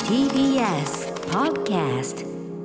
TBS Podcast。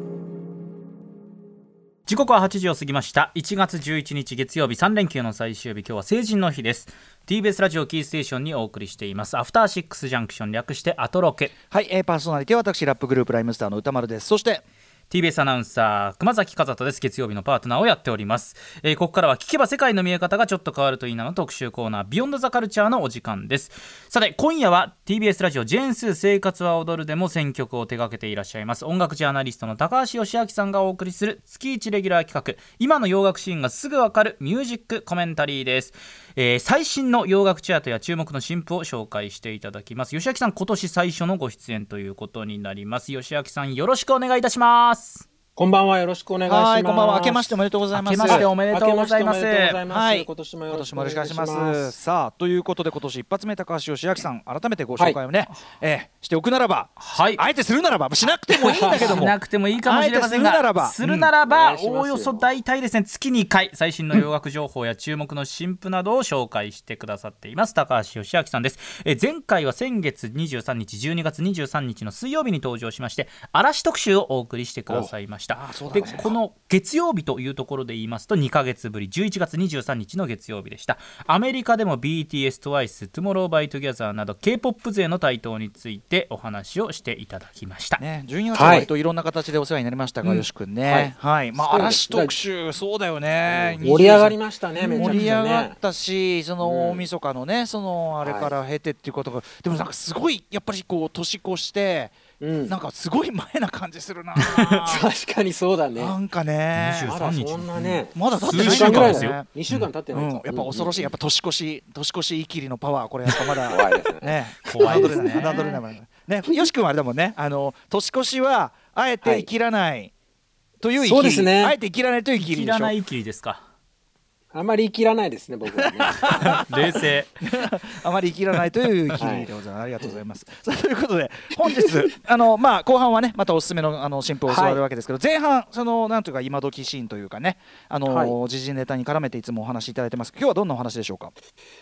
時刻は8時を過ぎました。1月11日月曜日、3連休の最終日、今日は成人の日です。 TBS ラジオキーステーションにお送りしていますアフターシックスジャンクション、略してアトロケ。 はい、パーソナリティは私ラップグループライムスターの歌丸です。そして TBS アナウンサー熊崎和人です。月曜日のパートナーをやっております。ここからは聞けば世界の見え方がちょっと変わるといいなの特集コーナー、ビヨンドザカルチャーのお時間です。さて今夜は TBS ラジオジェーンスー生活は踊るでも選曲を手掛けていらっしゃいます音楽ジャーナリストの高橋義明さんがお送りする月1レギュラー企画、今の洋楽シーンがすぐわかるミュージックコメンタリーです。最新の洋楽チャートや注目の新譜を紹介していただきます。義明さん、今年最初のご出演ということになります。義明さん、よろしくお願いいたします。 こんばんは、よろしくお願いします。 はい、こんばんは。明けましておめでとうございます。 明けましておめでとうございます。 はい、 今年もよろしくお願いします。さあ、ということで今年一発目、高橋義明さん、改めてご紹介をね、しておくならば、 はい、 あえてするならば、しなくてもいいんだけどもしなくてもいいかもしれませんが、するならばおおよそ大体ですね、月2回最新の洋楽情報や注目の新譜などを紹介してくださっています高橋義明さんです。前回は先月23日12月23日の水曜日に登場しまして、嵐特集をお送りしてくださいました。でこの月曜日というところで言いますと2ヶ月ぶり、11月23日の月曜日でした。アメリカでも BTS、TWICE、Tomorrow by Together など K-POP 勢の台頭についてお話をしていただきました、 12月は割といろんな形でお世話になりましたが、よし君ね、嵐特集、そうだよね、 盛り上がりましたね。めちゃくちゃね、 盛り上がったし、その大晦日のね、そのあれから経てっていうことが、でもなんかすごいやっぱりこう年越してなんかすごい前な感じするな確かにそうだね。 なんかね、 23日、 そんなね、 まだ経ってない数週間ぐらいですよ。 2週間経ってないか、 やっぱ恐ろしい。やっぱ年越し言い切りのパワー、これやっぱまだ怖いですね。 怖いですね。 よし君はあれだもんね、年越しはあえて生きらないという生きり、 そうですね、 あえて生きらないという生きりでしょ。 生きらない生きりですか。 あまり生きらないですね、僕はね冷静あまり生きらないという生きりでございます、ありがとうございます。さあ、ということで本日後半はね、またおすすめの新譜を教わるわけですけど、前半そのなんというか今時シーンというかね、時事ネタに絡めていつもお話しいただいてます。今日はどんなお話でしょうか。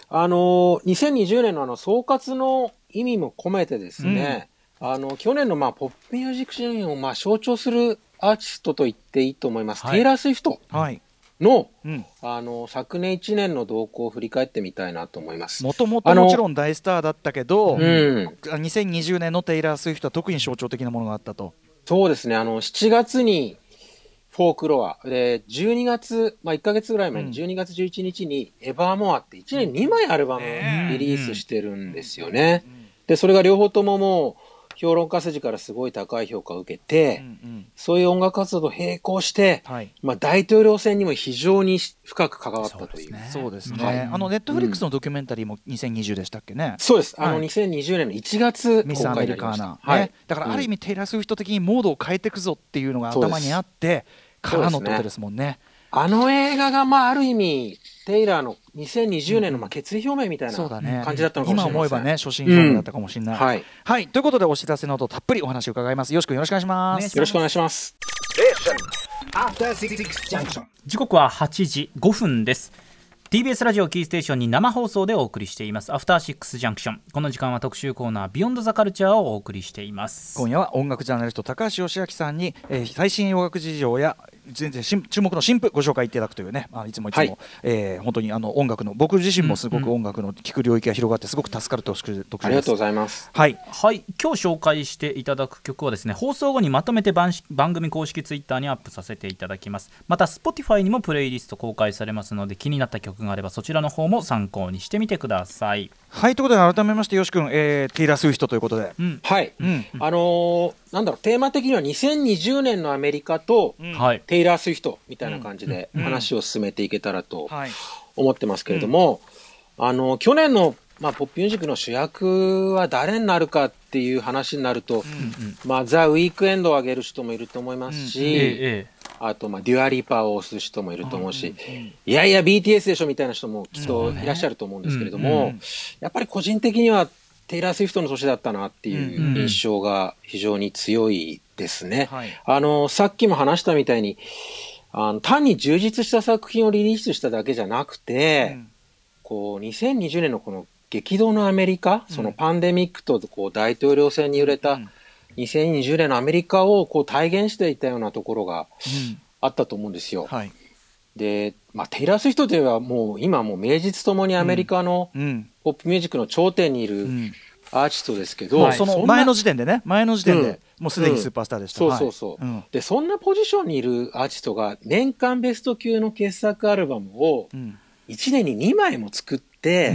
2020年の総括の意味も込めてですね、去年のポップミュージックシーンを象徴するアーティストと言っていいと思います、テイラー・スウィフトの、昨年1年の動向を振り返ってみたいなと思います。 もともともちろん大スターだったけど、2020年のテイラー・スウィフトは特に象徴的なものがあったと。 そうですね、7月にフォークロアで、12月、1ヶ月ぐらい前に12月11日にエバーモアって1年2枚アルバムリリースしてるんですよね。でそれが両方とももう評論家筋からすごい高い評価を受けて、そういう音楽活動と並行して、大統領選にも非常に深く関わったという。 そうですね。ネットフリックスのドキュメンタリーも2020でしたっけね。 そうです。2020年の1月ミスアメリカーナ、だからある意味テイラー・スウィフト的にモードを変えていくぞっていうのが頭にあってからのってことですもんね。 あの映画がある意味テイラーの2020年の決意表明みたいな感じだったのかもしれないですね。 今思えばね、初心表明だったかもしれない。はい、ということでお知らせの後たっぷりお話を伺います。よし君、よろしくお願いします。 よろしくお願いします。 時刻は8時5分です。TBS ラジオキーステーションに生放送でお送りしていますアフターシックスジャンクション。この時間は特集コーナービヨンドザカルチャーをお送りしています。 今夜は音楽ジャーナリスト高橋義明さんに、最新洋楽事情や注目の新譜ご紹介いただくというね、いつも、本当に音楽の、僕自身もすごく音楽の聴く領域が広がってすごく助かる特集です。 ありがとうございます。 はい、今日紹介していただく曲はですね、放送後にまとめて番組公式ツイッターにアップさせていただきます。また Spotify にもプレイリスト公開されますので、気になった曲があればそちらの方も参考にしてみてください。 はい、ということで改めましてよし君、テイラー・スウィフトということで、 はい、なんだろう、テーマ的には2020年のアメリカと、テイラー・スウィフトみたいな感じで話を進めていけたらと思ってますけれども、去年の、ポップミュージックの主役は誰になるかっていう話になると、ザ・ウィークエンドを挙げる人もいると思いますし、あとデュアリパーを推す人もいると思うし、いやいや BTS でしょみたいな人もきっといらっしゃると思うんですけれども、やっぱり個人的にはテイラー・スウィフトの年だったなっていう印象が非常に強いですね。さっきも話したみたいに単に充実した作品をリリースしただけじゃなくて、こう2020年のこの激動のアメリカ、そのパンデミックとこう大統領選に揺れた 2020年のアメリカをこう体現していたようなところがあったと思うんですよ。 はい、 で、テイラー・スウィフトというのはもう今もう名実ともにアメリカのポップミュージックの頂点にいるアーティストですけど、 その前の時点でね、もうすでにスーパースターでした。 でそんなポジションにいるアーティストが年間ベスト級の傑作アルバムを1年に2枚も作って、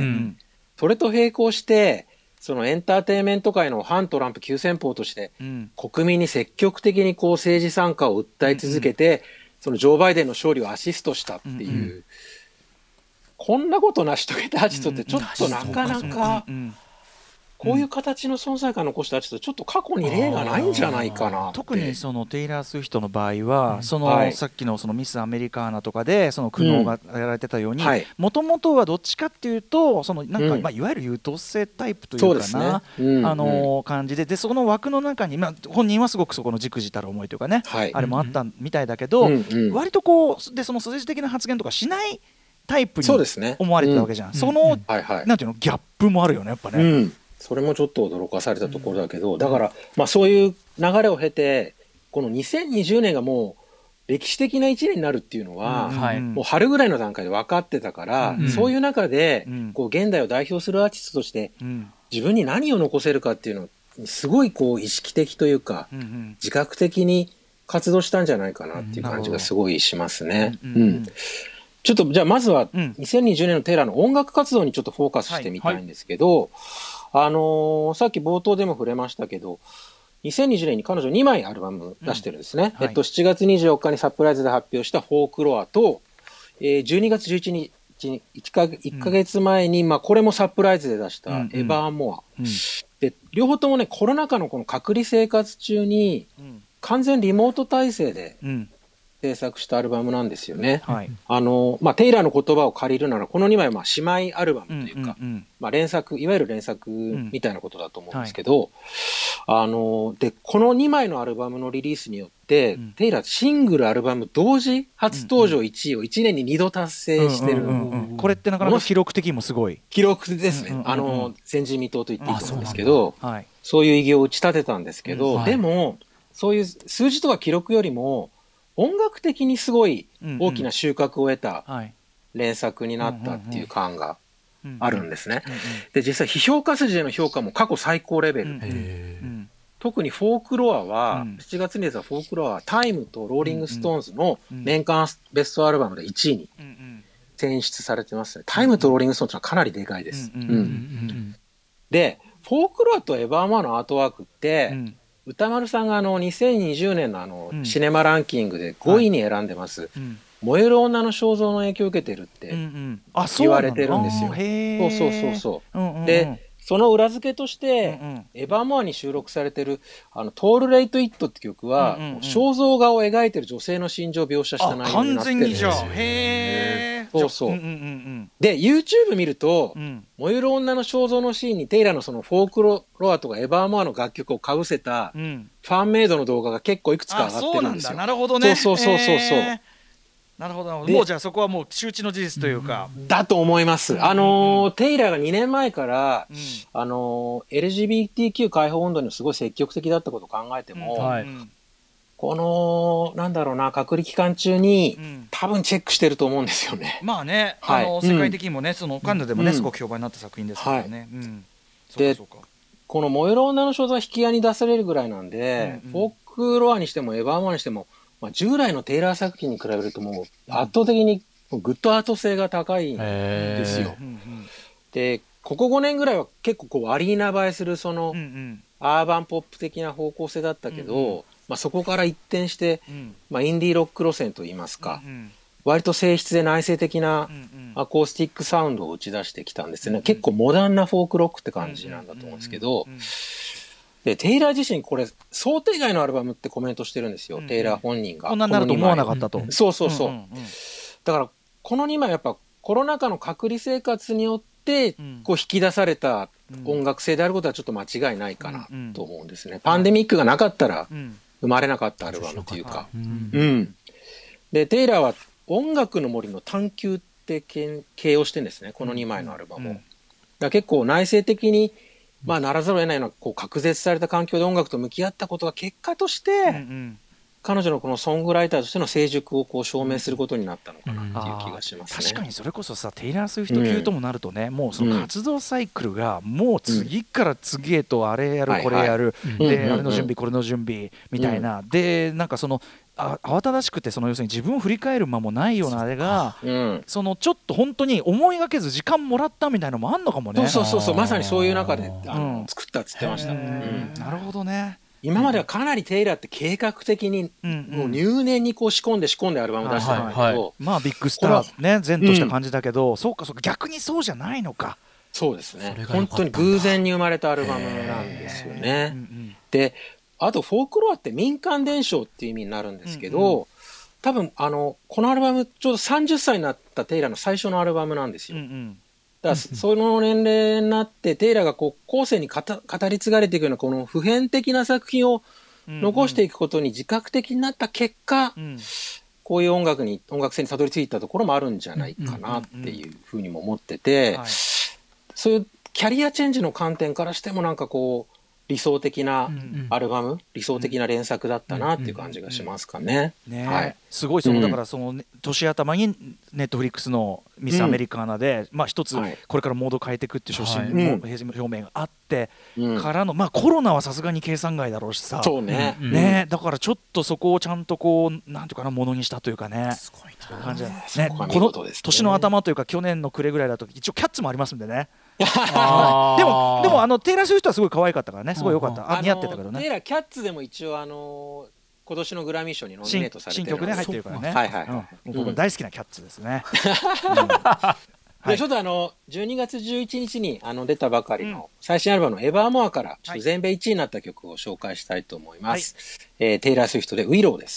それと並行してそのエンターテインメント界の反トランプ急先鋒として、国民に積極的にこう政治参加を訴え続けて、そのジョー・バイデンの勝利をアシストしたっていう、こんなこと成し遂げたアーティストってちょっとなかなかこういう形の存在感を残したアーティストちょっと過去に例がないんじゃないかなって。 特にそのテイラー・スウィフトの場合は、そのさっきのそのミス・アメリカーナとかでその苦悩がやられてたように、もともとはどっちかっていうとそのなんかいわゆる優等生タイプというかな、感じで、その枠の中に本人はすごくそこの忸怩たる思いというかね、あれもあったみたいだけど、割とこうでその政治的な発言とかしないタイプに思われてたわけじゃん。そのなんていうのギャップもあるよねやっぱね。 それもちょっと驚かされたところだけど、だからそういう流れを経てこの2020年がもう歴史的な1年になるっていうのは、もう春ぐらいの段階で分かってたから、そういう中でこう現代を代表するアーティストとして自分に何を残せるかっていうのをすごいこう意識的というか、自覚的に活動したんじゃないかなっていう感じがすごいしますね。ちょっとじゃあまずは2020年のテイラーの音楽活動にちょっとフォーカスしてみたいんですけど、さっき冒頭でも触れましたけど2020年に彼女2枚アルバム出してるんですね。7月24日にサプライズで発表したフォークロアと、12月11日に1ヶ月前に、これもサプライズで出したエバーモア、で両方ともねコロナ禍のこの隔離生活中に完全リモート体制で制作したアルバムなんですよね。テイラーの言葉を借りるならこの2枚は姉妹アルバムというか、連作いわゆる連作みたいなことだと思うんですけど、でこの2枚のアルバムのリリースによってテイラーシングルアルバム同時初登場1位を1年に2度達成してる。 これってなかなか記録的にもすごい記録ですね。前人未到と言っていいと思うんですけど、そういう偉業を打ち立てたんですけど、でもそういう数字とか記録よりも音楽的にすごい大きな収穫を得た連作になったっていう感があるんですね。で実際批評家筋での評価も過去最高レベルで、特にフォークロアは7月に出たフォークロアはタイムとローリングストーンズの年間ベストアルバムで1位に選出されてますね。タイムとローリングストーンズはかなりでかいです。でフォークロアとエバーマーのアートワークって歌丸さんが2020年のシネマランキングで5位に選んでます、燃える女の肖像の影響を受けてるって言われてるんですよ。でその裏付けとして、エバーモアに収録されてるトールレイトイットって曲は、肖像画を描いてる女性の心情を描写した内容になってるんですよ。で YouTube 見ると、燃える女の肖像のシーンにテイラーのそのフォークロアとかエバーモアの楽曲をかぶせた、ファンメイドの動画が結構いくつか上がってるんですよ。 なるほどね。なるほど。もうじゃあそこはもう周知の事実というかだと思います。テイラーが2年前から、LGBTQ 解放運動にすごい積極的だったことを考えても、このなんだろうな隔離期間中に、多分チェックしてると思うんですよね。 まあね、世界的にもねそのカンヌでもね、すごく評判になった作品ですからね。 でこの燃える女の肖像は引き合いに出されるぐらいなんで、フォークロアにしてもエバーモアにしても従来のテイラー作品に比べるともう圧倒的にグッドアート性が高いんですよ。でここ5年ぐらいは結構こうアリーナ映えするそのアーバンポップ的な方向性だったけど、そこから一転して、インディーロック路線といいますか、割と静筆で内省的なアコースティックサウンドを打ち出してきたんですね。結構モダンなフォークロックって感じなんだと思うんですけど、でテイラー自身これ想定外のアルバムってコメントしてるんですよ、テイラー本人が。 こんなになると思わなかったと。 そうだからこの2枚やっぱコロナ禍の隔離生活によってこう引き出された音楽性であることはちょっと間違いないかなと思うんですね。パンデミックがなかったら生まれなかったアルバムというか、でテイラーは音楽の森の探求って形容してるんですね、この2枚のアルバムを。だ結構内省的にまあならざるを得ないようなこう隔絶された環境で音楽と向き合ったことが結果として、彼女のこのソングライターとしての成熟をこう証明することになったのかなっていう気がしますね。 確かにそれこそさ、テイラー・スウィフト級ともなるとね、もうその活動サイクルがもう次から次へとあれやるこれやる、であれの準備これの準備みたいな、でなんかその慌ただしくて、その要するに自分を振り返る間もないようなあれが、そのちょっと本当に思いがけず時間もらったみたいなのもあんのかもね。 そうまさにそういう中で作ったっつってました。 なるほどね。 今まではかなりテイラーって計画的にもう入念にこう仕込んでアルバム出してたんだけど、 まあビッグスターね前とした感じだけど、そうか逆にそうじゃないのか。 そうですね、本当に偶然に生まれたアルバムなんですよね。であとフォークロアって民間伝承っていう意味になるんですけど、多分このアルバムちょうど30歳になったテイラーの最初のアルバムなんですよ。だからその年齢になってテイラーがこう後世に語り継がれていくようなこの普遍的な作品を残していくことに自覚的になった結果、こういう音楽性にたどり着いたところもあるんじゃないかなっていうふうにも思ってて、そういうキャリアチェンジの観点からしてもなんかこう理想的なアルバム、理想的な連作だったなっていう感じがしますかね。 すごいだからその年頭にネットフリックスのミスアメリカーナでまあ一つこれからモード変えていくっていう初心表明があってからの、まあコロナはさすがに計算外だろうしさ、ね、だからちょっとそこをちゃんとこうなんていうかなものにしたというかね、感じね。この年の頭というか去年の暮れぐらいだと一応キャッツもありますんでね。でもテイラー・スウィフトはすごい可愛かったからね、すごい良かった。似合ってたけどね。 テイラーキャッツでも一応今年のグラミー賞にノミネートされてる新曲ね入ってるからね。僕大好きなキャッツですね。 でちょっと12月11日に出たばかりの最新アルバムのエバーモアからちょっと全米1位になった曲を紹介したいと思います。テイラー・スウィフトでウィローです。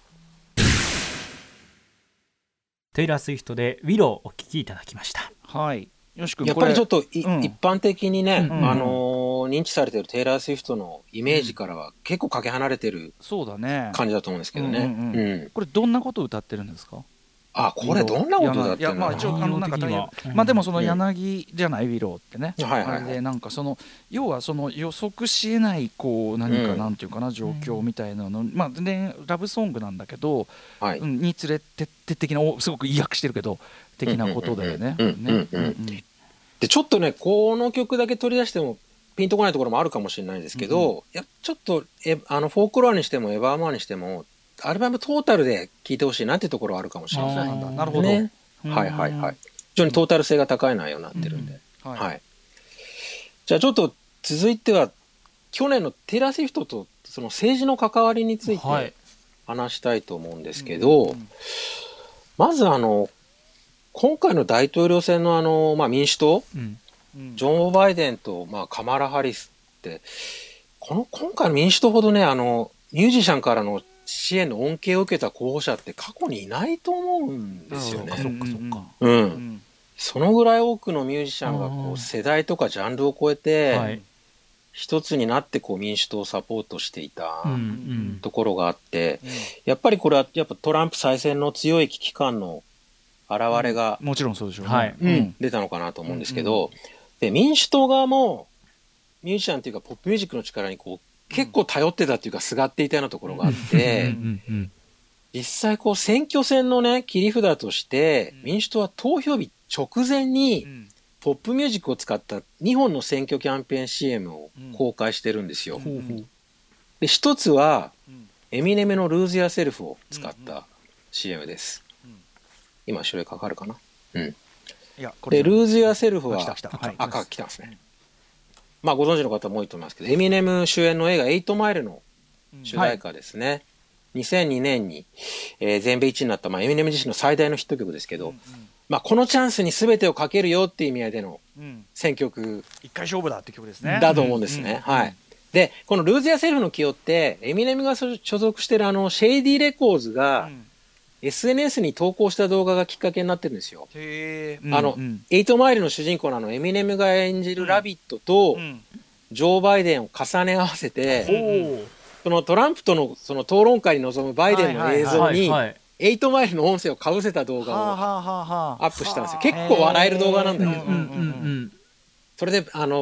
テイラー・スウィフトでウィローお聴きいただきました。 はい。 やっぱりちょっと一般的にね、認知されているテイラー・スウィフトのイメージからは結構かけ離れてる感じだと思うんですけどね。 これどんなことを歌ってるんですか？ これどんなこと歌ってるの？ 一応なんかまあでもその柳じゃないウィローってね。あれでなんかその要はその予測しえないこう何かなんていうかな状況みたいなの、まあ全然ラブソングなんだけどに連れてって的なすごく意訳してるけど的なことだよね。 でちょっとねこの曲だけ取り出してもピンとこないところもあるかもしれないんですけど、ちょっとフォークロアにしてもエバーモアにしてもアルバムトータルで聴いてほしいなっていうところはあるかもしれない。 なるほど。 非常にトータル性が高い内容になってるんで。じゃあちょっと続いては去年のテイラー・スウィフトとその政治の関わりについて話したいと思うんですけど、まず今回の大統領選の民主党、ジョン・バイデンとカマラ・ハリスって今回の民主党ほどねミュージシャンからの支援の恩恵を受けた候補者って過去にいないと思うんですよね。そのぐらい多くのミュージシャンがこう世代とかジャンルを超えて一つになってこう民主党をサポートしていたところがあって、やっぱりこれはやっぱトランプ再選の強い危機感の現れがもちろんそうでしょうね。 出たのかなと思うんですけど、で民主党側もミュージシャンというかポップミュージックの力にこう結構頼ってたっていうかすがっていたようなところがあって実際こう選挙戦のね切り札として民主党は投票日直前にポップミュージックを使った2本の選挙キャンペーン CM を公開してるんですよ。で一つはエミネムのルーズ・ヤーセルフを使った CM です。今後ろへかかるかな。でルーズ・ヤーセルフは来たんですね。まあご存知の方も多いと思いますけどエミネム主演の映画8マイルの主題歌ですね。2002年に、全米1位になった、エミネム自身の最大のヒット曲ですけど、このチャンスに全てをかけるよっていう意味合いでの選曲一回勝負だって曲ですね。 だと思うんですね。でこのルーズ・ヤーセルフの起用ってエミネムが所属してるシェイディ・レコーズが、SNS に投稿した動画がきっかけになってるんですよ。8マイルの主人公のエミネムが演じるラビットと、ジョー・バイデンを重ね合わせて、そのトランプとのその討論会に臨むバイデンの映像に8マイルの音声をかぶせた動画をアップしたんですよ。結構笑える動画なんだけど、それで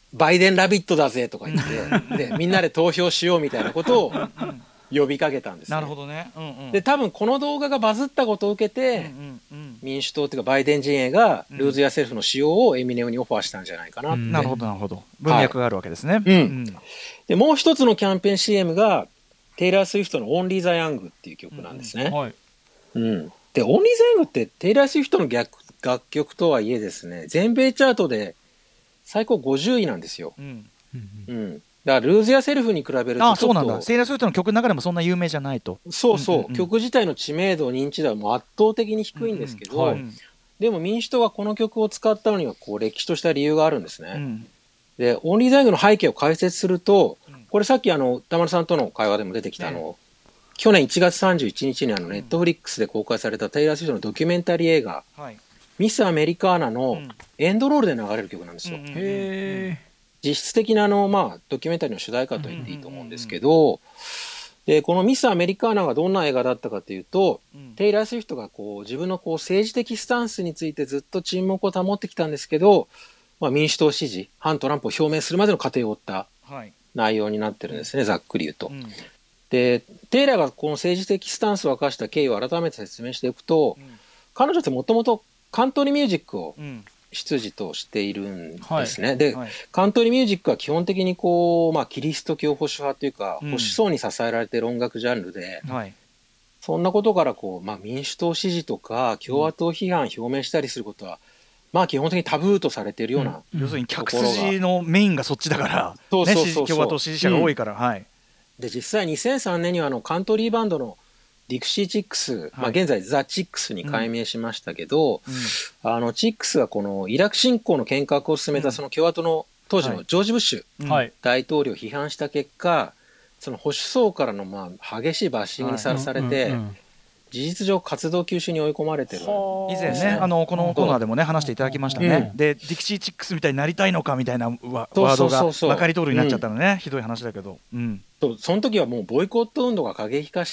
バイデンラビットだぜとか言ってでみんなで投票しようみたいなことを呼びかけたんですね。 なるほどね。 で多分この動画がバズったことを受けて、民主党っていうかバイデン陣営がルーズ・ヤーセルフの使用をエミネムにオファーしたんじゃないかなって、 なるほどなるほど、文脈があるわけですね。 でもう一つのキャンペーン CM がテイラー・スウィフトのオンリー・ザ・ヤングっていう曲なんですね。でオンリー・ザ・ヤングってテイラー・スウィフトの楽曲とはいえですね、全米チャートで最高50位なんですよ。だからルーズ・ヤーセルフに比べるとちょっと、 そうなんだ、テイラー・スウィフトの曲の中でもそんな有名じゃないと。 曲自体の知名度認知度はもう圧倒的に低いんですけど、でも民主党がこの曲を使ったのにはこう歴史とした理由があるんですね。でオンリー・ザ・ヤングの背景を解説すると、これさっき田丸さんとの会話でも出てきた去年1月31日にネットフリックスで公開されたテイラー・スウィフトのドキュメンタリー映画、ミス・アメリカーナのエンドロールで流れる曲なんですよ。実質的なドキュメンタリーの主題歌と言っていいと思うんですけど、でこのミス・アメリカーナがどんな映画だったかというと、テイラー・スウィフトが自分の政治的スタンスについてずっと沈黙を保ってきたんですけど、民主党支持反トランプを表明するまでの過程を追った内容になってるんですね、ざっくり言うと。でテイラーがこの政治的スタンスを明かした経緯を改めて説明しておくと、彼女ってもともとカントリーミュージックを出自としているんですね。で、カントリーミュージックは基本的にキリスト教保守派というか、保守層に支えられている音楽ジャンルで、そんなことから民主党支持とか共和党批判を表明したりすることは、基本的にタブーとされているような、 要するに客筋のメインがそっちだから、共和党支持者が多いから。 で実際2003年にはカントリーバンドのディクシー・チックス、現在ザ・チックスに改名しましたけど、チックスがこのイラク侵攻の改革を進めたその共和党の当時のジョージ・ブッシュ大統領を批判した結果、その保守層からの激しいバッシングにさらされて、事実上活動休止に追い込まれてる、 以前ねこのコーナーでもね話していただきましたね。でディクシー・チックスみたいになりたいのかみたいなワードがまかり通りになっちゃったのね、ひどい話だけど。 その時はもうボイコット運動が過激化して、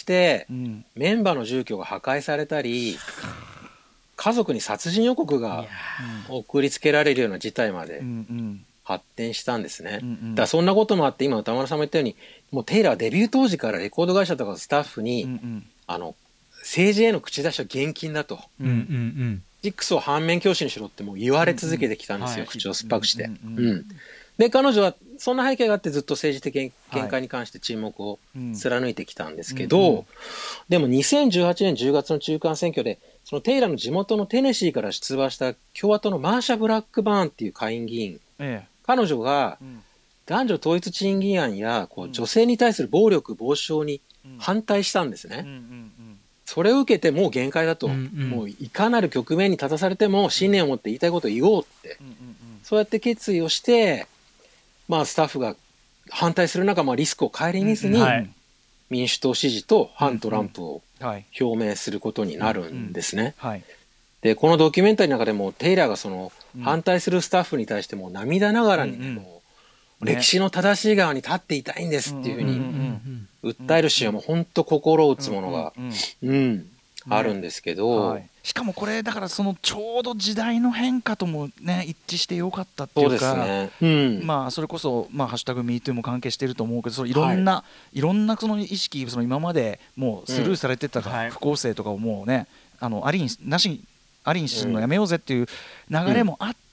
メンバーの住居が破壊されたり、家族に殺人予告が送りつけられるような事態まで発展したんですね。だからそんなこともあって、今歌丸さんも言ったように、もうテイラーはデビュー当時からレコード会社とかスタッフに、政治への口出しは厳禁だと、チックスを反面教師にしろってもう言われ続けてきたんですよ、口を酸っぱくして。で彼女はそんな背景があってずっと政治的見解に関して沈黙を貫いてきたんですけど、でも2018年10月の中間選挙でそのテイラーの地元のテネシーから出馬した共和党のマーシャ・ブラックバーンっていう下院議員、彼女が男女統一賃金案や女性に対する暴力防止法に反対したんですね。それを受けてもう限界だと、もういかなる局面に立たされても信念を持って言いたいことを言おうって、そうやって決意をして、スタッフが反対する中、リスクを顧みずに民主党支持と反トランプを表明することになるんですね。でこのドキュメンタリーの中でもテイラーがその反対するスタッフに対しても涙ながらにもう歴史の正しい側に立っていたいんですっていうふうに訴えるシーンはもう本当心を打つものがあるんですけど、 しかもこれだからそのちょうど時代の変化ともね一致してよかったっていうか、それこそハッシュタグミートゥーも関係してると思うけど、いろんなその意識、その今までもうスルーされてた不公正とかをもうね、アリン氏のやめようぜっていう流れもあって、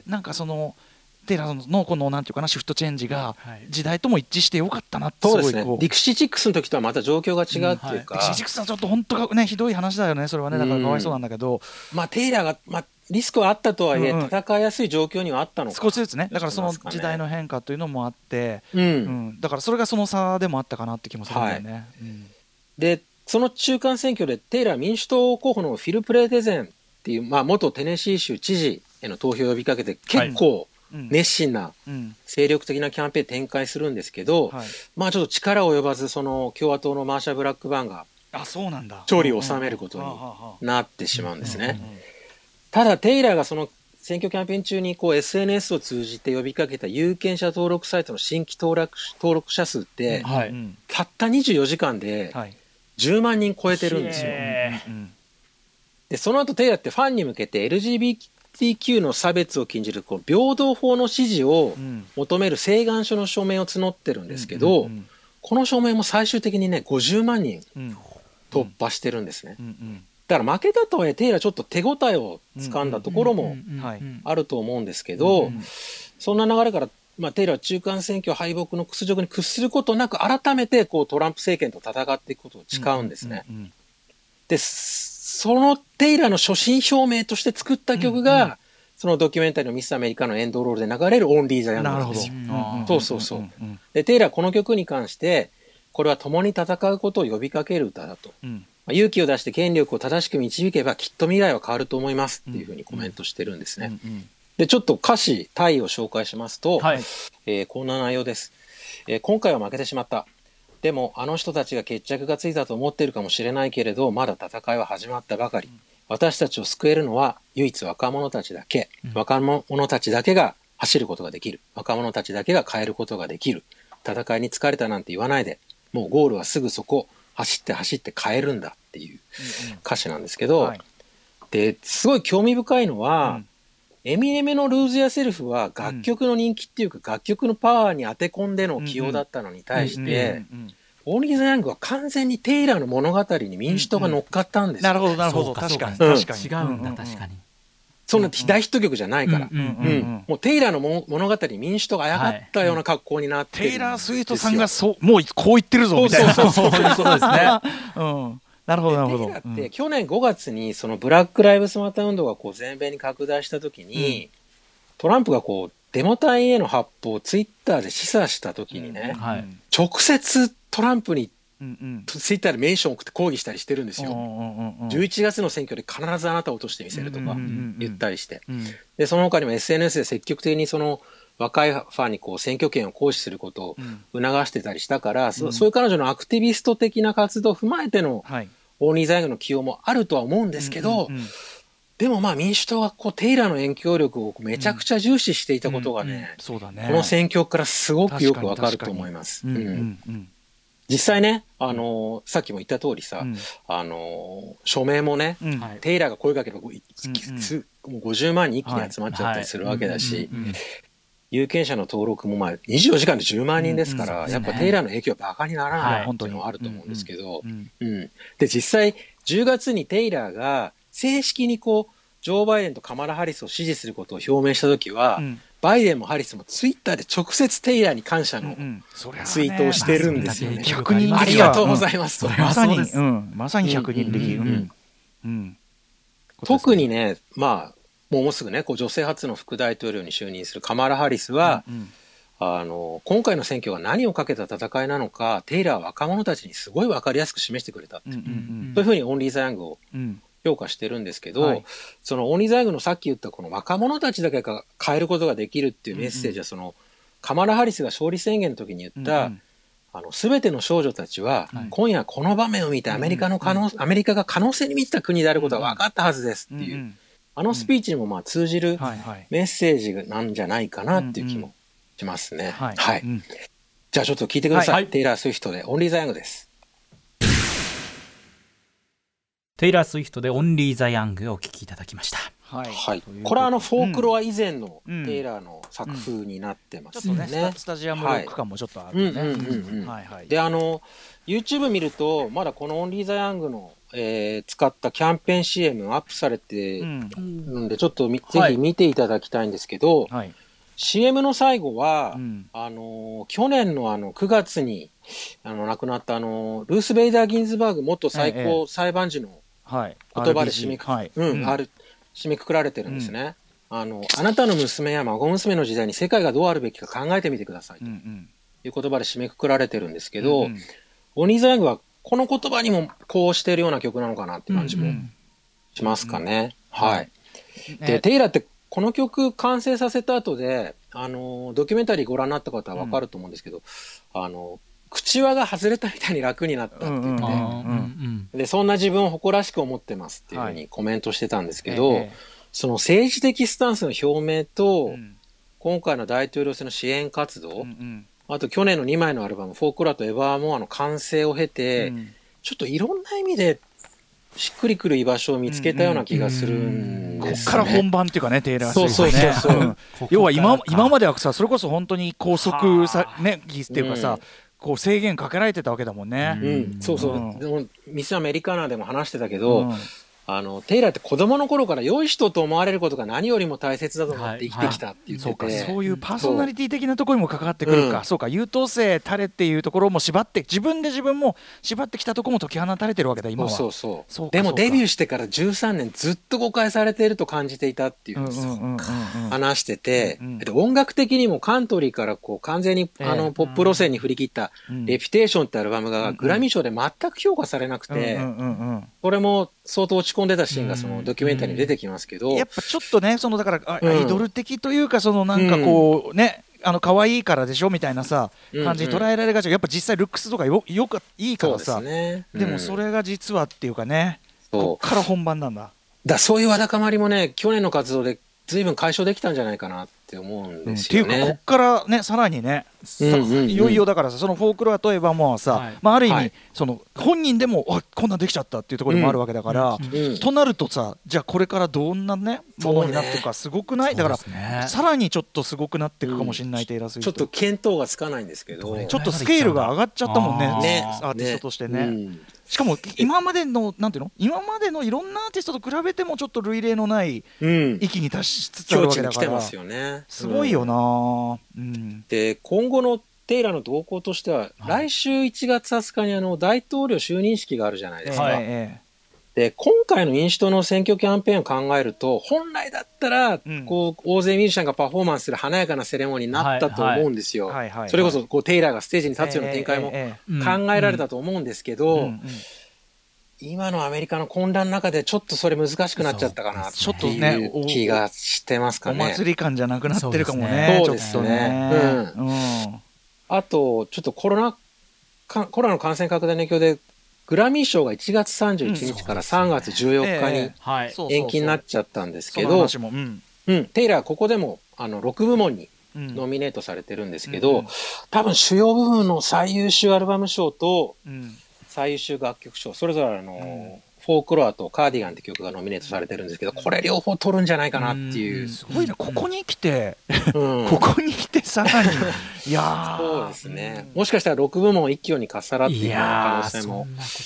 なんかそのテイラーのこのなんていうかなシフトチェンジが時代とも一致してよかったなって、 そうですね。ディクシー・チックスの時とはまた状況が違うっていうか、 ディクシー・チックスはちょっと本当ねひどい話だよね、それはね。だからかわいそうなんだけど、 テイラーがリスクはあったとはいえ、戦いやすい状況にはあったのか、 少しずつね。だからその時代の変化というのもあって、だからそれがその差でもあったかなって気もするんだよね。 でその中間選挙でテイラーは民主党候補のフィル・プレーテゼンっていう、元テネシー州知事への投票を呼びかけて結構熱心な精力的なキャンペーン展開するんですけど、ちょっと力及ばずその共和党のマーシャ・ブラックバーンが勝利を収めることになってしまうんですね。ただテイラーがその選挙キャンペーン中にSNS を通じて呼びかけた有権者登録サイトの新規登録者数って、たった24時間で10万人超えてるんですよ。でその後テイラーってファンに向けて LGBT LGBTQ の差別を禁じるこの平等法の支持を求める請願書の署名を募ってるんですけど、この署名も最終的にね50万人突破してるんですね。だから負けたとはいえテイラーちょっと手応えをつかんだところもあると思うんですけど、そんな流れから、テイラーは中間選挙敗北の屈辱に屈することなく改めてこうトランプ政権と戦っていくことを誓うんですね。でそのテイラーの所信表明として作った曲が、そのドキュメンタリーのミスアメリカのエンドロールで流れるオンリー・ザ・ヤングなんですよ。そう。でテイラーはこの曲に関してこれは共に戦うことを呼びかける歌だと。勇気を出して権力を正しく導けばきっと未来は変わると思いますっていうふうにコメントしてるんですね。でちょっと歌詞タイを紹介しますと、こんな内容です。今回は負けてしまった。でもあの人たちが決着がついたと思っているかもしれないけれど、まだ戦いは始まったばかり。私たちを救えるのは唯一若者たちだけ。若者たちだけが走ることができる。若者たちだけが変えることができる。戦いに疲れたなんて言わないで。もうゴールはすぐそこ。走って変えるんだっていう歌詞なんですけど、ですごい興味深いのは、エミネムのルーズ・ヤ・セルフは楽曲の人気っていうか、楽曲のパワーに当て込んでの起用だったのに対して、オンリー・ザ・ヤングは完全にテイラーの物語に民主党が乗っかったんですよ。 なるほど確かに、 違うんだ、確かに。 そんな大ヒット曲じゃないから、もうテイラーの物語に民主党があやがったような格好になってるんですよ。 テイラー・スウィフトさんがもうこう言ってるぞみたいな。 そうですね。 なるほど。 テイラーって去年5月にそのブラック・ライブスマター運動がこう全米に拡大した時に、トランプがこうデモ隊への発砲をツイッターで示唆した時にね、直接トランプにツイッターでメンション送って抗議したりしてるんですよ。11月の選挙で必ずあなたを落としてみせるとか言ったりして、でその他にも SNS で積極的にその若いファンにこう選挙権を行使することを促してたりしたから、そういう彼女のアクティビスト的な活動を踏まえてのオーニー・ザ・ヤングの起用もあるとは思うんですけど、でも民主党がこうテイラーの影響力をめちゃくちゃ重視していたことがね、この選挙からすごくよくわかると思います。実際ね、さっきも言った通りさ、署名もね、テイラーが声かければもう50万人一気に集まっちゃったりするわけだし、有権者の登録も24時間で10万人ですから、やっぱテイラーの影響はバカにならないっていうのはあると思うんですけど、で実際10月にテイラーが正式にこうジョー・バイデンとカマラ・ハリスを支持することを表明した時は、バイデンもハリスもツイッターで直接テイラーに感謝のツイートをしてるんですよね。ありがとうございますと。 まさに100人力。 特にね、もうすぐね、こう女性初の副大統領に就任するカマラ・ハリスは、今回の選挙が何をかけた戦いなのか、テイラーは若者たちにすごい分かりやすく示してくれたっていう、そういうふうにオンリー・ザ・ヤングを評価してるんですけど、そのオンリー・ザ・ヤングのさっき言ったこの若者たちだけが変えることができるっていうメッセージは、そのカマラ・ハリスが勝利宣言の時に言った、全ての少女たちは、今夜この場面を見てアメリカが可能性に満ちた国であることが分かったはずですっていう、スピーチにも通じるメッセージなんじゃないかなっていう気もしますね。じゃあちょっと聞いてください。テイラー・スウィフトでオンリー・ザ・ヤングです。 テイラー・スウィフトでオンリー・ザ・ヤングをお聴きいただきました。 これはフォークロア以前のテイラーの作風になってますね。 スタジアムロック感もちょっとあるね。 でYouTube 見るとまだこのオンリー・ザ・ヤングの使ったキャンペーン CM アップされてるんで、ちょっとぜひ見ていただきたいんですけど、CM の最後は、去年の9月に亡くなったルース・ベイダー・ギンズバーグ元最高裁判事の言葉で締めくくられてるんですね。あなたの娘や孫娘の時代に世界がどうあるべきか考えてみてくださいという言葉で締めくくられてるんですけど、オニー・ザ・ヤングはこの言葉にもこうしているような曲なのかなって感じもしますかね。でテイラーってこの曲完成させた後でドキュメンタリーご覧になった方は分かると思うんですけど、口輪が外れたみたいに楽になったって言って、でそんな自分を誇らしく思ってますっていうふうにコメントしてたんですけど、その政治的スタンスの表明と、今回の大統領選の支援活動、あと去年の2枚のアルバム「フォークロアとエバーモア」の完成を経て、ちょっといろんな意味でしっくりくる居場所を見つけたような気がするんですね。 こっから本番っていうかね、テイラー・スウィフトね。 そう、 要は今まではさ、それこそ本当に拘束さね技っていうかさ、こう制限かけられてたわけだもんね。 そうそう。でもミスアメリカナでも話してたけど、テイラーって子供の頃から良い人と思われることが何よりも大切だと思って生きてきたって言ってて、 そういうパーソナリティ的なところにも関わってくるか。そうか、優等生タレっていうところも縛って、自分も縛ってきたところも解き放たれてるわけだ今は。 そうでもデビューしてから13年ずっと誤解されていると感じていたっていう話してて、音楽的にもカントリーからこう完全にポップ路線に振り切ったレピュテーションってアルバムがグラミー賞で全く評価されなくて、これも相当落ち込んでたシーンがそのドキュメンタリーに出てきますけど、 やっぱちょっとね、そのだからアイドル的というか、そのなんかこうね、可愛いからでしょみたいなさ感じに捉えられがち。やっぱ実際ルックスとかいいからさ、でもそれが実はっていうかね、こっから本番なんだ。 そういうわだかまりもね、去年の活動で随分解消できたんじゃないかなって思うんですよね。 っていうかこっからね、さらにね、いよいよだからさ、そのフォークロアといえばもうさ、ある意味その本人でもこんなんできちゃったっていうところもあるわけだから、となるとさ、じゃあこれからどんなねものになっていくかすごくない？だからさらにちょっとすごくなっていくかもしれない。テイラー・スウィフトちょっと見当がつかないんですけど、 ちょっとスケールが上がっちゃったもんね、アーティストとしてね。しかも今までのなんていうの、今までのいろんなアーティストと比べてもちょっと類例のない域に達しつつあるわけだから、すごいよな。 で今後のテイラーの動向としては、来週1月20日に大統領就任式があるじゃないですか。で今回の民主党の選挙キャンペーンを考えると、本来だったらこう大勢ミュージシャンがパフォーマンスする華やかなセレモニーになったと思うんですよ。それこそこうテイラーがステージに立つような展開も考えられたと思うんですけど、今のアメリカの混乱の中でちょっとそれ難しくなっちゃったかなっていう気がしてますかね。 お祭り感じゃなくなってるかもね。 そうですね。あとちょっとコロナの感染拡大の影響でグラミー賞が1月31日から3月14日に延期になっちゃったんですけど、テイラーここでも6部門にノミネートされてるんですけど、多分主要部分の最優秀アルバム賞と最優秀楽曲賞、それぞれフォークロアとカーディガンって曲がノミネートされてるんですけど、これ両方取るんじゃないかなっていう。 すごいね、ここに来てここに来てさらにいやそうですね、もしかしたら6部門一挙に重なっていく可能性も。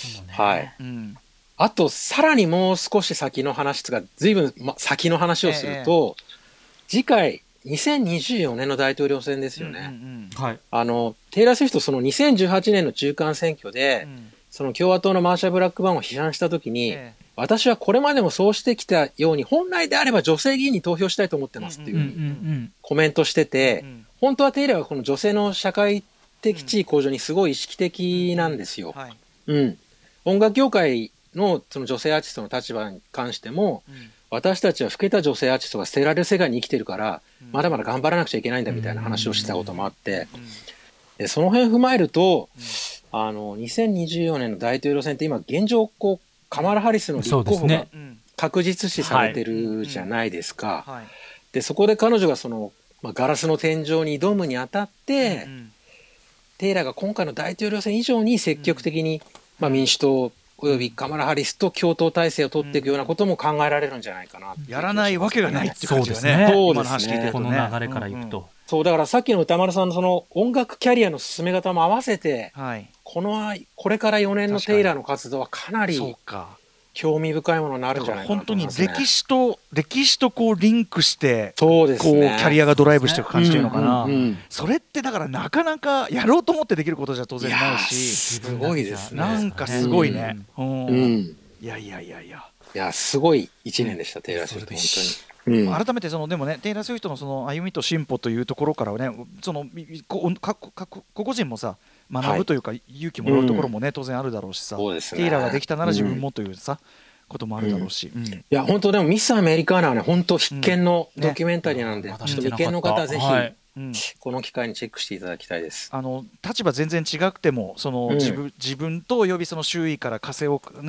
あとさらにもう少し先の話とか、随分先の話をすると、次回2024年の大統領選ですよね。テイラー・スウィフト、その2018年の中間選挙で、その共和党のマーシャ・ブラックバーンを批判したときに、私はこれまでもそうしてきたように、本来であれば女性議員に投票したいと思ってますっていうふうにコメントしてて、本当はテイラーはこの女性の社会的地位向上にすごい意識的なんですよ。音楽業界のその女性アーティストの立場に関しても、私たちは老けた女性アーティストが捨てられる世界に生きてるから、まだまだ頑張らなくちゃいけないんだみたいな話をしてたこともあって、でその辺踏まえると、2024年の大統領選って今現状こうカマラ・ハリスの立候補が確実視されてるじゃないですか。でそこで彼女がその、ガラスの天井に挑むにあたって、テイラーが今回の大統領選以上に積極的に、民主党およびカマラ・ハリスと共闘体制を取っていくようなことも考えられるんじゃないかな。 やらないわけがないっていう感じですね。 今の話聞いてるとね、この流れからいくと。 そうだからさっきの歌丸さんのその音楽キャリアの進め方も合わせて、これから4年のテイラーの活動はかなり興味深いものになるんじゃないかなと思いますね。 本当に歴史とこうリンクして、こうキャリアがドライブしていく感じというのかな。それってだからなかなかやろうと思ってできることじゃ当然ないし、 すごいですね。 なんかすごいね。いやすごい1年でした、テイラー・スウィフト本当に。 改めてでもね、テイラー・スウィフトのその歩みと進歩というところからはね、その個々人もさ学ぶというか勇気もらうところもね、当然あるだろうしさ、テイラーができたなら自分もというさ、こともあるだろうし、 いや本当でもミスアメリカーナはね本当必見のドキュメンタリーなんで、ちょっと未見の方はぜひこの機会にチェックしていただきたいです。 立場全然違くてもその、自分とおよびその周囲から風をね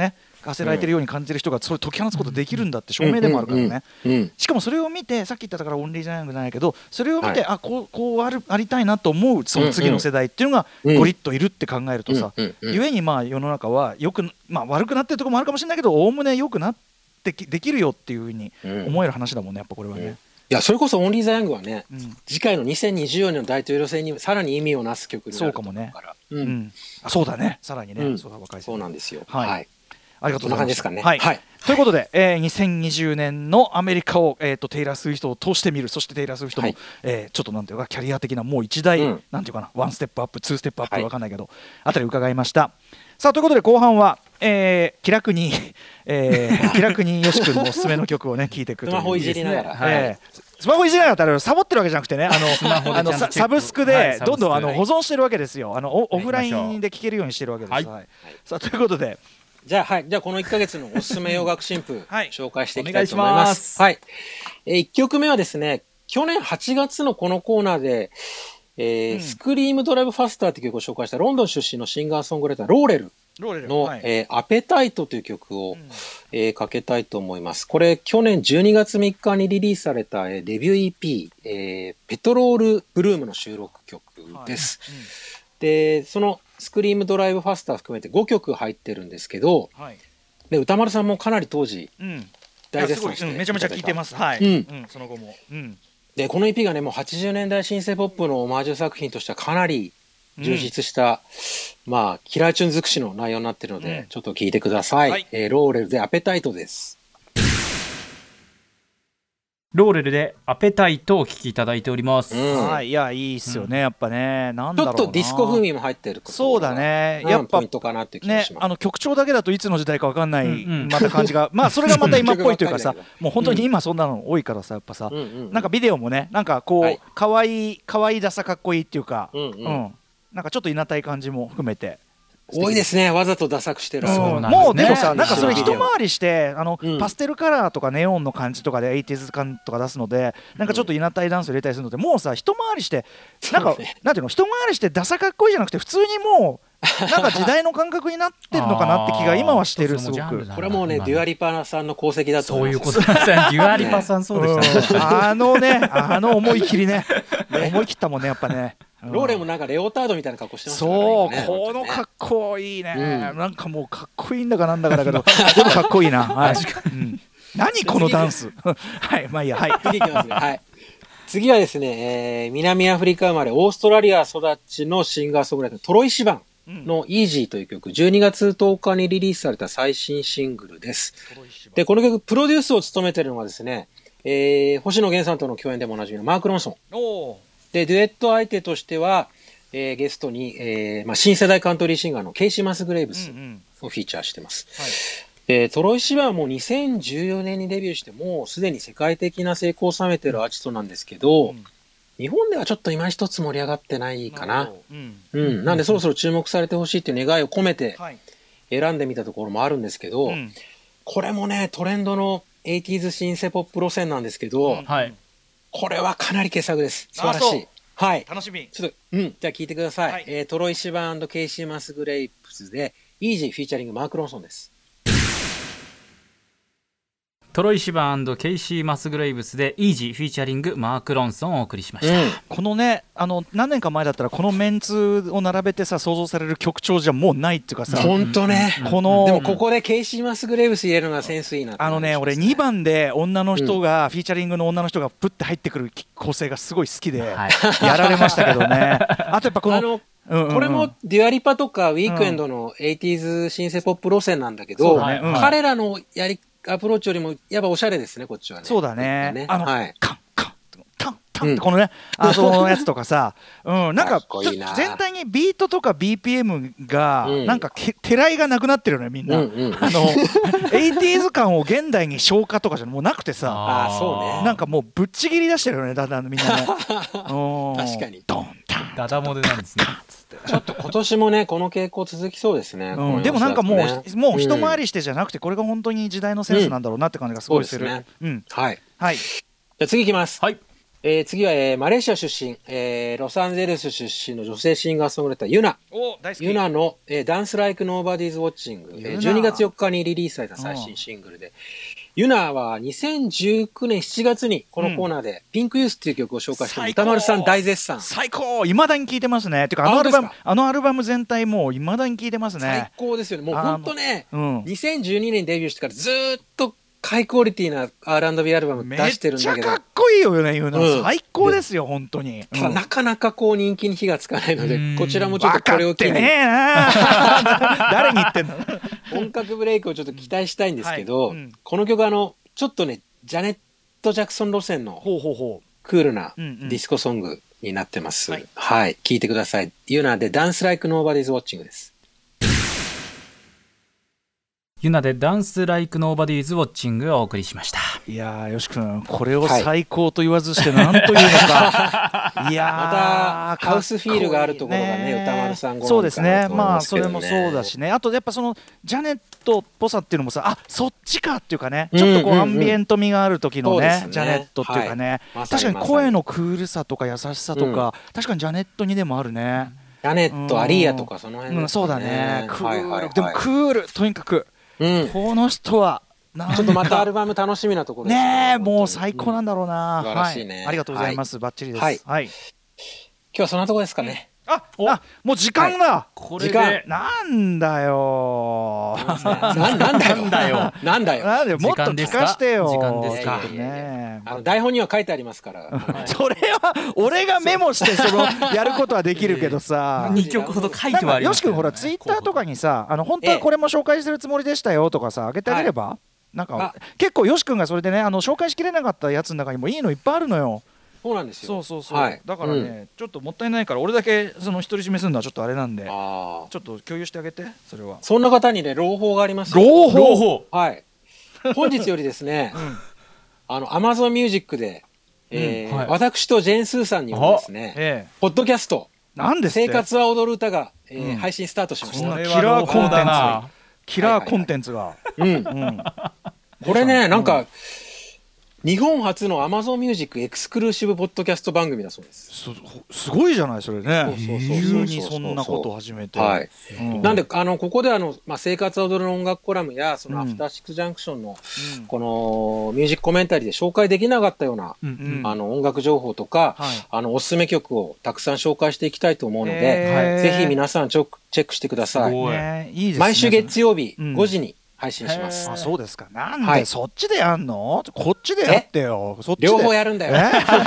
課せられてるように感じる人がそれ解き放つことできるんだって証明でもあるからね。しかもそれを見て、さっき言ったからオンリージャイアングじゃないけど、それを見て、こうありたいなと思うその次の世代っていうのがゴリッといるって考えるとさ、ゆえにまあ世の中は悪くなってるところもあるかもしれないけど、おおむね良くなってできるよっていうふうに思える話だもんね、やっぱこれはね。 いや、それこそオンリー・ザ・ヤングはね、次回の2024年の大統領選にさらに意味をなす曲になると思うから。 そうだね、さらにね、 そうなんですよ。 はい、ありがとうございます。 そんな感じですかね。 はい、ということで、2020年のアメリカを、テイラー・スウィフトを通してみる、そしてテイラー・スウィフトの、ちょっとなんていうかキャリア的なもう一大、なんていうかな、ワンステップアップ、ツーステップアップ分かんないけど、あたり伺いました。さあ、ということで後半は、気楽によし君のおすすめの曲をね聴いていくという、 スマホいじりながら、 スマホいじりながらサボってるわけじゃなくてね、サブスクでどんどん保存してるわけですよ。オフラインで聴けるようにしてるわけです。さあ、ということで、 じゃあこの1ヶ月のおすすめ洋楽新譜紹介していきたいと思います。1曲目はですね、去年8月のこのコーナーで、スクリームドライブファスターという曲を紹介したロンドン出身のシンガーソングライターローレルの、アペタイトという曲を、かけたいと思います。これ去年12月3日にリリースされた、デビュー EP、ペトロールブルームの収録曲です。でそのスクリームドライブファスター含めて5曲入ってるんですけど、で歌丸さんもかなり当時、大絶賛してめちゃめちゃ聴いてます。その後も、 でこの EP がねもう80年代シンセポップのオマージュ作品としてはかなり充実した、キラーチューン尽くしの内容になっているので、ちょっと聞いてください。ローレルでアペタイトです。 ローレルでアペタイトをお聞きいただいております。 いや、いいっすよね、やっぱね。なんだろうな、 ちょっとディスコ風味も入ってることが、 そうだね、やっぱポイントかなって気がします。 曲調だけだといつの時代か分かんない、また感じがそれがまた今っぽいというかさ、もう本当に今そんなの多いからさ、やっぱさ、なんかビデオもね、なんかこうかわいいダサかっこいいっていうか、なんかちょっといなたい感じも含めて多いですね。わざとダサくしてる。 もうでもさ、なんかそれ一回りしてパステルカラーとかネオンの感じとかで 80s 感とか出すので、なんかちょっといなたいダンス入れたりするので、もうさ一回りしてなんかなんていうの、一回りしてダサかっこいいじゃなくて、普通にもうなんか時代の感覚になってるのかなって気が今はしてる。すごくこれはもうね、デュアリパさんの功績だと思います。 そういうことですね。デュアリパさんそうでしたね。思い切りね、思い切ったもんね、やっぱね。 ローレンもなんかレオタードみたいな格好してましたね。 そう、この格好いいね。なんかもうかっこいいんだかなんだかだけど、でもかっこいいな。何このダンス。はい、まあいいや。 次いきますね。はい。次はですね、南アフリカ生まれオーストラリア育ちのシンガーソングライタートロイ・シバンの Easy という曲、12月10日にリリースされた最新シングルです。でこの曲プロデュースを務めているのがですね、星野源さんとの共演でもおなじみのマーク・ロンソンで、デュエット相手としては、ゲストに、新世代カントリーシンガーのケイシー・マスグレイブスをフィーチャーしてます。トロイ・シバンはもう2014年にデビューして、もうすでに世界的な成功を収めているアーティストなんですけど、日本ではちょっと今一つ盛り上がってないかな。なんでそろそろ注目されてほしいっていう願いを込めて選んでみたところもあるんですけど、これもねトレンドの 80s シンセポップ路線なんですけど、これはかなり傑作です。素晴らしい。はい。 楽しみ。 ちょっとじゃあ聞いてください。トロイ・シバン&ケイシー・マスグレイプスで Easy フィーチャリングマーク・ロンソンです。 トロイ・シバン&ケイシー・マスグレイブスで Easy フィーチャリングマーク・ロンソンをお送りしました。 このね、何年か前だったらこのメンツを並べてさ想像される曲調じゃもうないっていうかさ、 本当ね。でもここでケイシー・マスグレイブス入れるのがセンスいいな。 俺2番で女の人が、フィーチャリングの女の人がプッて入ってくる構成がすごい好きで、やられましたけどね。あとやっぱこのこれもデュアリパとかウィークエンドの 80s シンセポップ路線なんだけど、彼らのアプローチよりもやっぱおしゃれですね、こっちはね。 そうだね。カンカンタンタンってこのね、そのやつとかさ、なんか全体にビートとか BPM がなんかてらいがなくなってるよね、みんな。80s 感を現代に消化とかじゃもうなくてさ、なんかもうぶっちぎり出してるよね、だんだんみんなね。確かに。 ドンタン。 ダダモデなんですね。 ちょっと今年もねこの傾向続きそうですね。 でもなんかもう一回りしてじゃなくて、これが本当に時代のセンスなんだろうなって感じがすごいする。 はい。じゃあ次いきます。 はい。 次は、マレーシア出身、ロサンゼルス出身の女性シンガーソングライターユナ。ユナの、ダンスライクノーバディーズウォッチング、12月4日にリリースされた最新シングルで、ユナは2019年7月にこのコーナーでピンクユースっていう曲を紹介して、歌丸さん大絶賛。 最高、未だに聴いてますね。てかあのアルバム全体もう未だに聴いてますね。 最高ですよね。もう本当ね、2012年デビューしてからずっとハイクオリティな R&B アルバム出してるんだけど、 めっちゃかっこいいよね、言うの、最高ですよ本当に。 ただなかなかこう人気に火がつかないので、こちらもちょっとこれを機に誰に言ってんの本格ブレイクをちょっと期待したいんですけど、この曲ちょっとねジャネット・ジャクソン路線のクールなディスコソングになってます。はい、聴いてください。ユナでダンスライクノーバディーズウォッチングです。 ユナでダンスライクノーバディーズウォッチングをお送りしました。 いやー、よし君、これを最高と言わずして何というのか、いやまたハウスフィールがあるところがね、歌丸さんごそうですね。まあそれもそうだしね、あとやっぱそのジャネットっぽさっていうのもさ、そっちかっていうかね、ちょっとこうアンビエント味がある時のね、ジャネットっていうかね、確かに声のクールさとか優しさとか、確かにジャネットにでもあるね。 ジャネット、アリーヤとかその辺、 そうだね。クール、でもクール、とにかくこの人はちょっとまたアルバム楽しみなところですね。もう最高なんだろうな。 素晴らしいね。 ありがとうございます。バッチリです。 はい。今日はそんなとこですかね。 もう時間だ。 時間なんだよ。 なんだよ。 もっと聞かしてよ。 時間ですか。 台本には書いてありますから。 それは俺がメモしてやることはできるけどさ。 2曲ほど書いてはあります。 よし君ほらツイッターとかにさ、本当はこれも紹介してるつもりでしたよとかさ、あげてあげれば。なんか結構よし君がそれでね、紹介しきれなかったやつの中にもいいのいっぱいあるのよ。 そうなんですよ。 そうだからね、ちょっともったいないから俺だけ独り占めするのはちょっとあれなんで、ちょっと共有してあげて。それはそんな方にね朗報があります。 朗報。 はい。本日よりですね、Amazon Music で私とジェーン・スーさんによるですね、ポッドキャスト生活は踊る歌が配信スタートしました。 キラーコンテンツが。 これね、なんか日本初の Amazon Music エクスクルーシブポッドキャスト番組だそうです。 すごいじゃないそれね。急にそんなことを始めて。 なんでここで生活踊るの音楽コラムやそのアフターシックスジャンクションのこのミュージックコメンタリーで紹介できなかったような音楽情報とかおすすめ曲をたくさん紹介していきたいと思うので、ぜひ皆さんチェックしてください。毎週月曜日5時に配信します。 そうですか。なんでそっちでやんの？こっちでやってよ。 両方やるんだよ。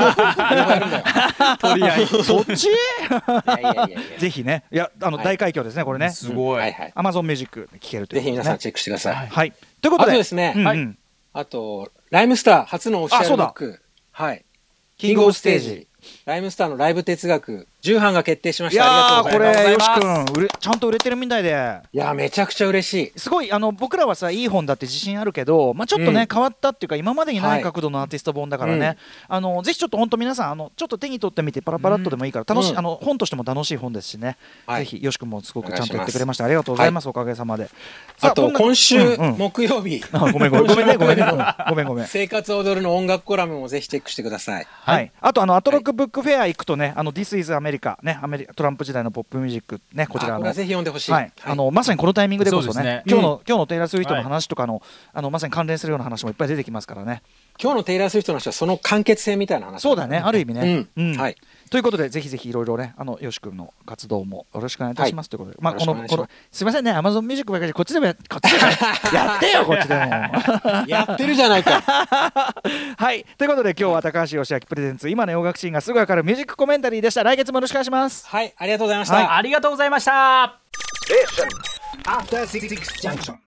取り合い。 そっち？ぜひね。いや大快挙ですねこれね。 すごい。 Amazon Music 聴けるという。 ぜひ皆さんチェックしてください。 はい。ということで。 あとですね。あとライムスター初のオフィシャルブック。はい。キングオブステージ。ライムスターのライブ哲学重版が決定しました。ありがとうございます。 これよし君ちゃんと売れてるみたいで。 いやめちゃくちゃ嬉しい。 すごい僕らはさいい本だって自信あるけど、ちょっとね変わったっていうか今までにない角度のアーティスト本だからね、ぜひちょっと本当皆さんちょっと手に取ってみてパラパラっとでもいいから楽しい本としても楽しい本ですしね。ぜひよし君もすごくちゃんと言ってくれました。ありがとうございます。おかげさまで。 あと今週木曜日ごめん生活踊るの音楽コラムもぜひチェックしてください。 はい。あとアトロックブックフェア行くとねThis is America ねトランプ時代のポップミュージックねこちらぜひ読んでほしい。 まさにこのタイミングでこそね今日のテイラー・スウィフトの話とかまさに関連するような話もいっぱい出てきますからね。 今日のテイラー・スウィフトの話はその完結性みたいな話。 そうだねある意味ね。ということでぜひぜひいろいろねよし君の活動もよろしくお願いいたしますということで、このすいませんね Amazon ミュージックばかりこっちでもやってよこっちでもやってるじゃないか。 はいということで今日は高橋義明プレゼンツ今の洋楽シーンがすぐわかるミュージックコメンタリーでした。来月もよろしくお願いします。 はいありがとうございました。 ありがとうございました。